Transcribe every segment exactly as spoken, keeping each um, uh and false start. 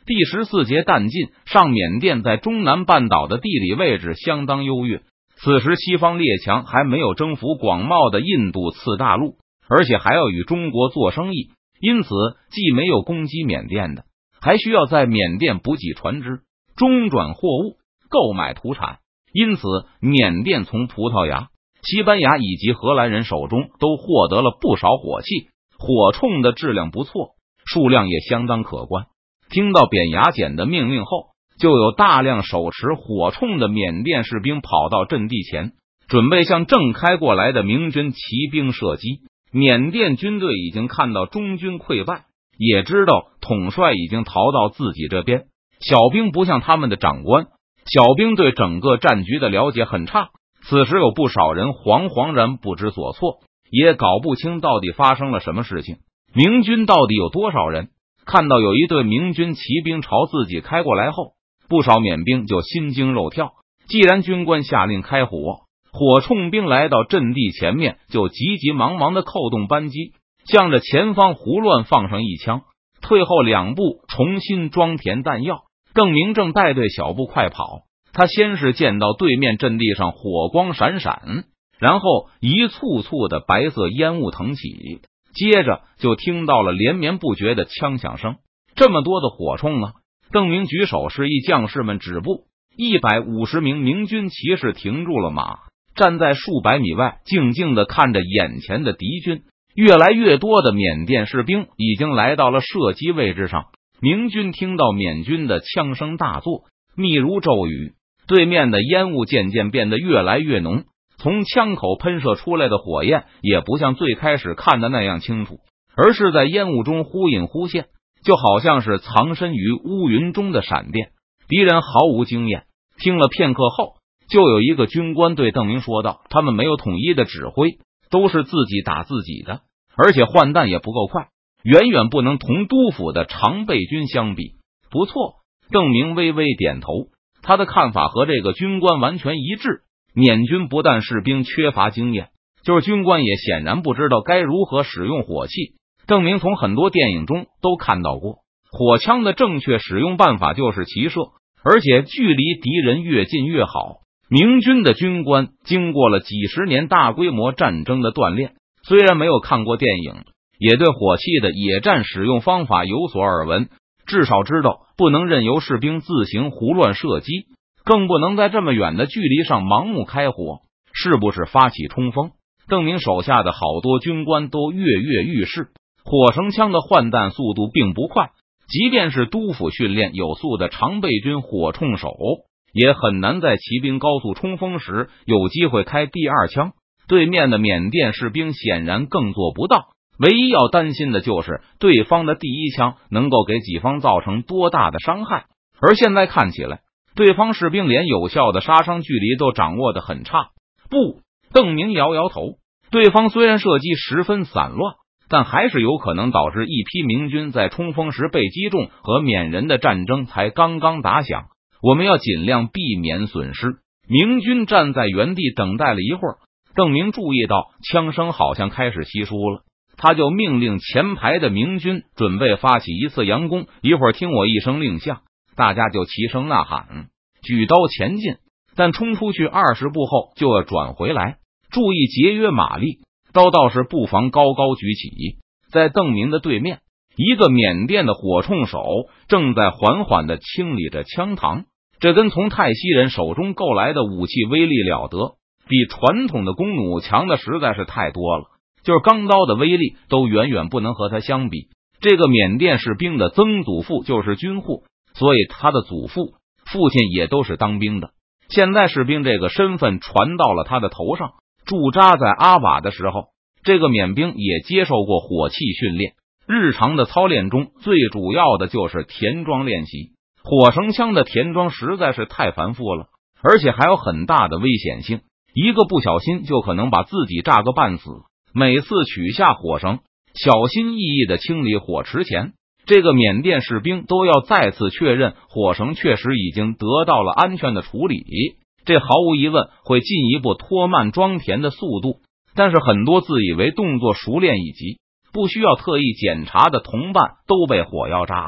第十四节弹尽，上缅甸在中南半岛的地理位置相当优越。此时西方列强还没有征服广袤的印度次大陆，而且还要与中国做生意，因此既没有攻击缅甸的，还需要在缅甸补给船只、中转货物、购买土产。因此缅甸从葡萄牙、西班牙以及荷兰人手中都获得了不少火器，火铳的质量不错，数量也相当可观。听到扁牙简的命令后，就有大量手持火铳的缅甸士兵跑到阵地前，准备向正开过来的明军骑兵射击。缅甸军队已经看到中军溃败，也知道统帅已经逃到自己这边。小兵不像他们的长官，小兵对整个战局的了解很差，此时有不少人惶惶然不知所措，也搞不清到底发生了什么事情，明军到底有多少人。看到有一队明军骑兵朝自己开过来后，不少缅兵就心惊肉跳。既然军官下令开火，火铳兵来到阵地前面就急急忙忙的扣动扳机，向着前方胡乱放上一枪，退后两步重新装填弹药。邓明正带队小步快跑，他先是见到对面阵地上火光闪闪，然后一簇簇的白色烟雾腾起，接着就听到了连绵不绝的枪响声。这么多的火铳啊！邓明举手示意将士们止步，一百五十名明军骑士停住了马，站在数百米外静静的看着眼前的敌军。越来越多的缅甸士兵已经来到了射击位置上，明军听到缅军的枪声大作，密如骤雨，对面的烟雾渐渐变得越来越浓，从枪口喷射出来的火焰也不像最开始看的那样清楚，而是在烟雾中忽隐忽现，就好像是藏身于乌云中的闪电。敌人毫无经验，听了片刻后，就有一个军官对邓明说道：他们没有统一的指挥，都是自己打自己的，而且换弹也不够快，远远不能同督府的常备军相比。不错，邓明微微点头，他的看法和这个军官完全一致。缅军不但士兵缺乏经验，就是军官也显然不知道该如何使用火器。邓明从很多电影中都看到过，火枪的正确使用办法就是齐射，而且距离敌人越近越好。明军的军官经过了几十年大规模战争的锻炼，虽然没有看过电影，也对火器的野战使用方法有所耳闻，至少知道不能任由士兵自行胡乱射击，更不能在这么远的距离上盲目开火，是不是发起冲锋？邓明手下的好多军官都跃跃欲试。火绳枪的换弹速度并不快，即便是督府训练有素的常备军火铳手，也很难在骑兵高速冲锋时有机会开第二枪。对面的缅甸士兵显然更做不到，唯一要担心的就是对方的第一枪能够给己方造成多大的伤害。而现在看起来，对方士兵连有效的杀伤距离都掌握得很差。不，邓明摇摇头，对方虽然射击十分散乱，但还是有可能导致一批明军在冲锋时被击中，和缅人的战争才刚刚打响，我们要尽量避免损失。明军站在原地等待了一会儿，邓明注意到枪声好像开始稀疏了，他就命令前排的明军准备发起一次佯攻，一会儿听我一声令下，大家就齐声呐喊，举刀前进，但冲出去二十步后就要转回来，注意节约马力，刀倒是不妨高高举起。在邓明的对面，一个缅甸的火铳手正在缓缓地清理着枪膛，这跟从泰西人手中购来的武器威力了得，比传统的弓弩强的实在是太多了，就是钢刀的威力都远远不能和他相比。这个缅甸士兵的曾祖父就是军户，所以他的祖父、父亲也都是当兵的。现在士兵这个身份传到了他的头上。驻扎在阿瓦的时候，这个缅兵也接受过火器训练，日常的操练中最主要的就是填装练习。火绳枪的填装实在是太繁复了，而且还有很大的危险性，一个不小心就可能把自己炸个半死。每次取下火绳，小心翼翼的清理火池前，这个缅甸士兵都要再次确认火绳确实已经得到了安全的处理，这毫无疑问会进一步拖慢装填的速度。但是很多自以为动作熟练以及不需要特意检查的同伴都被火药炸了，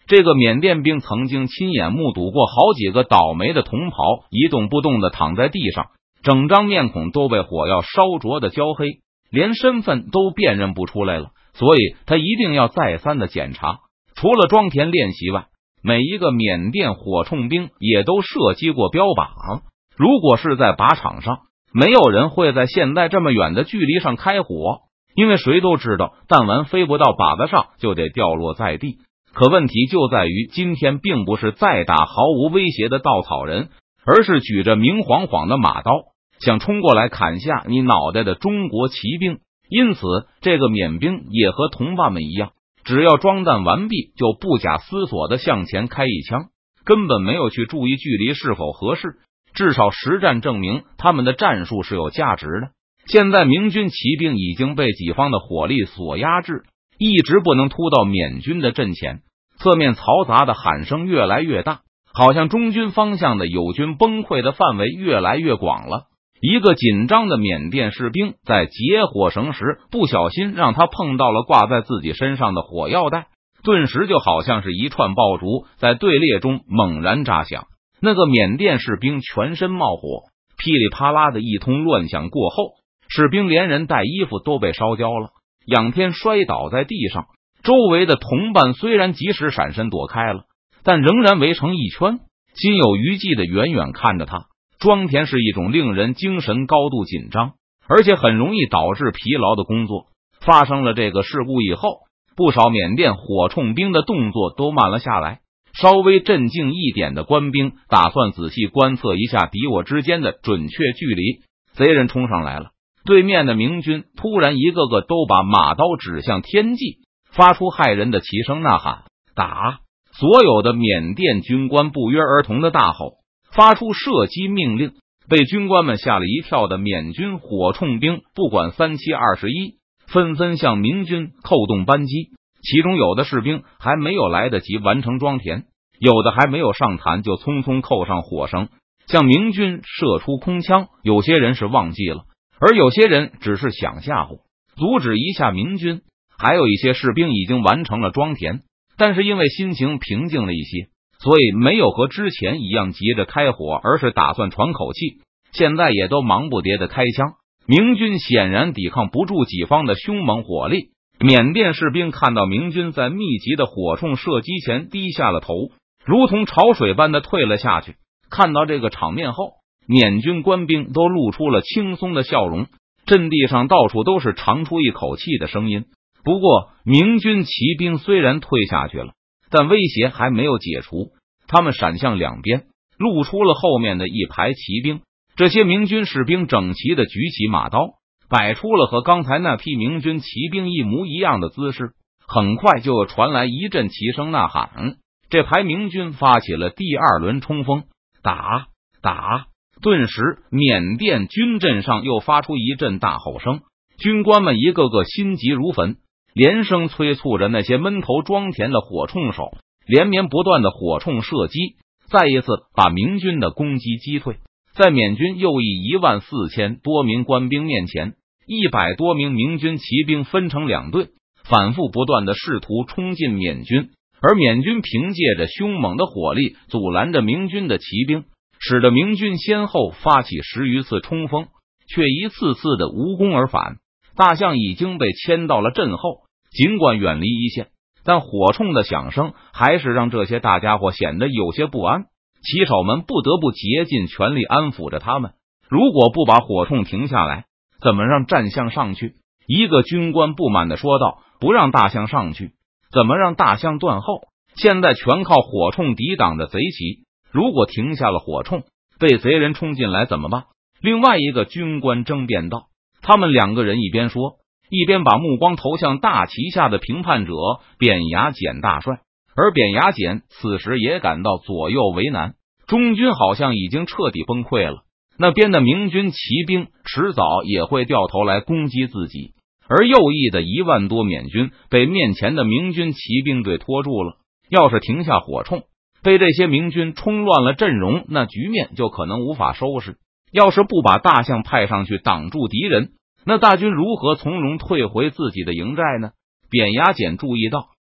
这个缅甸兵曾经亲眼目睹过好几个倒霉的同袍一动不动的躺在地上，整张面孔都被火药烧灼的焦黑，连身份都辨认不出来了。所以他一定要再三的检查。除了装填练习外，每一个缅甸火铳兵也都射击过标靶。如果是在靶场上，没有人会在现在这么远的距离上开火，因为谁都知道弹丸飞不到靶子上就得掉落在地。可问题就在于今天并不是再打毫无威胁的稻草人，而是举着明晃晃的马刀想冲过来砍下你脑袋的中国骑兵。因此这个缅兵也和同伴们一样，只要装弹完毕就不假思索的向前开一枪，根本没有去注意距离是否合适。至少实战证明他们的战术是有价值的。现在明军骑兵已经被己方的火力所压制，一直不能突到缅军的阵前，侧面嘈杂的喊声越来越大，好像中军方向的友军崩溃的范围越来越广了。一个紧张的缅甸士兵在解火绳时不小心让他碰到了挂在自己身上的火药袋，顿时就好像是一串爆竹在队列中猛然炸响。那个缅甸士兵全身冒火，噼里啪啦的一通乱响过后，士兵连人带衣服都被烧焦了，仰天摔倒在地上。周围的同伴虽然及时闪身躲开了，但仍然围成一圈，心有余悸的远远看着他。装填是一种令人精神高度紧张，而且很容易导致疲劳的工作。发生了这个事故以后，不少缅甸火铳兵的动作都慢了下来。稍微镇静一点的官兵打算仔细观测一下敌我之间的准确距离。贼人冲上来了，对面的明军突然一个个都把马刀指向天际，发出骇人的齐声呐喊：打！所有的缅甸军官不约而同的大吼，发出射击命令。被军官们吓了一跳的缅军火铳兵不管三七二十一，纷纷向明军扣动扳机。其中有的士兵还没有来得及完成装填，有的还没有上弹就匆匆扣上火绳，向明军射出空枪。有些人是忘记了，而有些人只是想吓唬，阻止一下明军。还有一些士兵已经完成了装填，但是因为心情平静了一些，所以没有和之前一样急着开火，而是打算喘口气。现在也都忙不迭的开枪。明军显然抵抗不住己方的凶猛火力，缅甸士兵看到明军在密集的火铳射击前低下了头，如同潮水般的退了下去。看到这个场面后，缅军官兵都露出了轻松的笑容，阵地上到处都是长出一口气的声音。不过明军骑兵虽然退下去了，但威胁还没有解除，他们闪向两边，露出了后面的一排骑兵。这些明军士兵整齐的举起马刀，摆出了和刚才那批明军骑兵一模一样的姿势。很快就传来一阵齐声呐喊，这排明军发起了第二轮冲锋，打打！顿时缅甸军阵上又发出一阵大吼声，军官们一个个心急如焚，连声催促着那些闷头装填的火铳手，连绵不断的火铳射击再一次把明军的攻击击退。在缅军又以一万四千多名官兵面前，一百多名明军骑兵分成两队，反复不断的试图冲进缅军，而缅军凭借着凶猛的火力阻拦着明军的骑兵，使得明军先后发起十余次冲锋，却一次次的无功而返。大象已经被牵到了阵后，尽管远离一线，但火铳的响声还是让这些大家伙显得有些不安。骑手们不得不竭尽全力安抚着他们，如果不把火铳停下来，怎么让战象上去？一个军官不满地说道，不让大象上去，怎么让大象断后？现在全靠火铳抵挡着贼骑，如果停下了火铳，被贼人冲进来怎么办？另外一个军官争辩道。他们两个人一边说，一边把目光投向大旗下的评判者扁牙简大帅。而扁牙简此时也感到左右为难，中军好像已经彻底崩溃了，那边的明军骑兵迟早也会掉头来攻击自己，而右翼的一万多缅军被面前的明军骑兵队拖住了。要是停下火铳，被这些明军冲乱了阵容，那局面就可能无法收拾。要是不把大象派上去挡住敌人，那大军如何从容退回自己的营寨呢？扁牙简注意到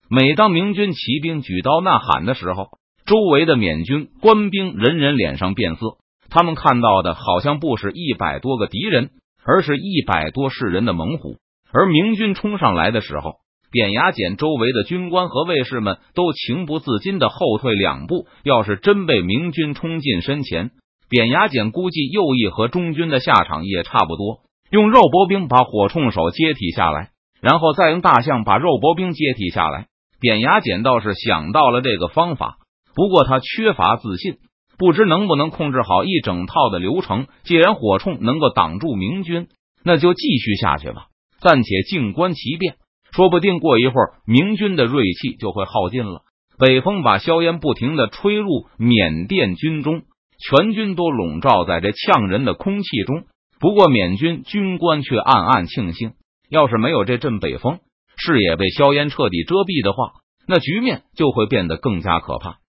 每当明军骑兵举刀呐喊的时候，周围的缅军官兵人人脸上变色，他们看到的好像不是一百多个敌人，而是一百多世人的猛虎。而明军冲上来的时候，扁牙简周围的军官和卫士们都情不自禁的后退两步，要是真被明军冲进身前，扁牙简估计右翼和中军的下场也差不多，用肉搏兵把火铳手接替下来，然后再用大象把肉搏兵接替下来。扁牙简倒是想到了这个方法，不过他缺乏自信，不知能不能控制好一整套的流程。既然火铳能够挡住明军，那就继续下去吧，暂且静观其变，说不定过一会儿明军的锐气就会耗尽了。北风把硝烟不停地吹入缅甸军中，全军都笼罩在这呛人的空气中。不过缅军军官却暗暗庆幸，要是没有这阵北风，视野被硝烟彻底遮蔽的话，那局面就会变得更加可怕。